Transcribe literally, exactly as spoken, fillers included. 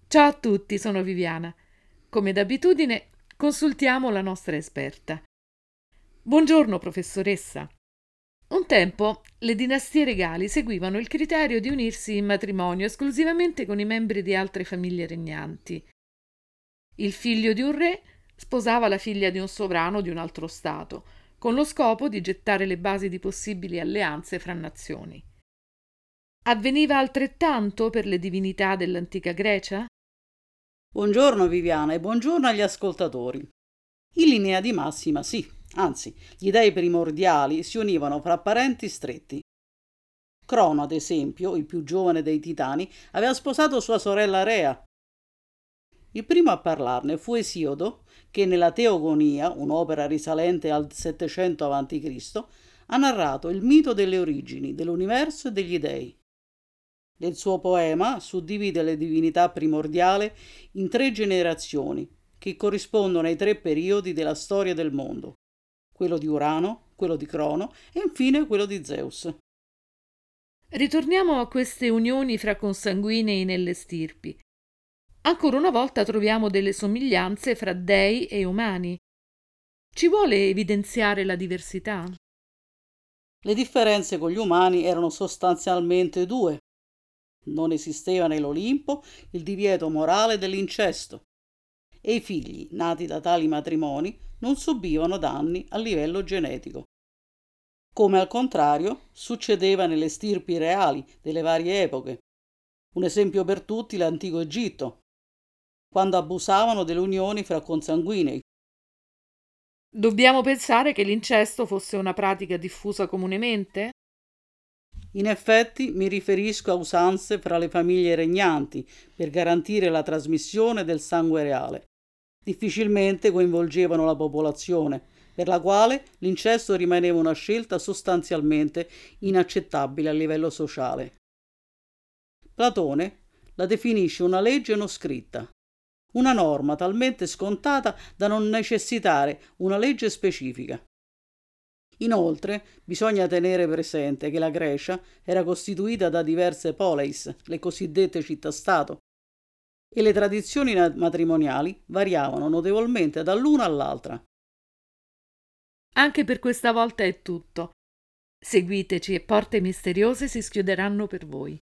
Ciao a tutti, sono Viviana. Come d'abitudine, consultiamo la nostra esperta. Buongiorno, professoressa. Un tempo le dinastie regali seguivano il criterio di unirsi in matrimonio esclusivamente con i membri di altre famiglie regnanti. Il figlio di un re sposava la figlia di un sovrano di un altro stato, con lo scopo di gettare le basi di possibili alleanze fra nazioni. Avveniva altrettanto per le divinità dell'antica Grecia? Buongiorno Viviana e buongiorno agli ascoltatori. In linea di massima sì, anzi, gli dei primordiali si univano fra parenti stretti. Crono, ad esempio, il più giovane dei titani, aveva sposato sua sorella Rea. Il primo a parlarne fu Esiodo, che nella Teogonia, un'opera risalente al settecento avanti Cristo, ha narrato il mito delle origini dell'universo e degli dei. Nel suo poema suddivide le divinità primordiali in tre generazioni che corrispondono ai tre periodi della storia del mondo: quello di Urano, quello di Crono e infine quello di Zeus. Ritorniamo a queste unioni fra consanguinei nelle stirpi. Ancora una volta troviamo delle somiglianze fra dei e umani. Ci vuole evidenziare la diversità? Le differenze con gli umani erano sostanzialmente due. Non esisteva nell'Olimpo il divieto morale dell'incesto e i figli nati da tali matrimoni non subivano danni a livello genetico, come al contrario succedeva nelle stirpi reali delle varie epoche. Un esempio per tutti l'antico Egitto, quando abusavano delle unioni fra consanguinei. Dobbiamo pensare che l'incesto fosse una pratica diffusa comunemente? In effetti mi riferisco a usanze fra le famiglie regnanti per garantire la trasmissione del sangue reale. Difficilmente coinvolgevano la popolazione, per la quale l'incesto rimaneva una scelta sostanzialmente inaccettabile a livello sociale. Platone la definisce una legge non scritta, una norma talmente scontata da non necessitare una legge specifica. Inoltre, bisogna tenere presente che la Grecia era costituita da diverse poleis, le cosiddette città-stato, e le tradizioni matrimoniali variavano notevolmente dall'una all'altra. Anche per questa volta è tutto. Seguiteci e porte misteriose si schiuderanno per voi.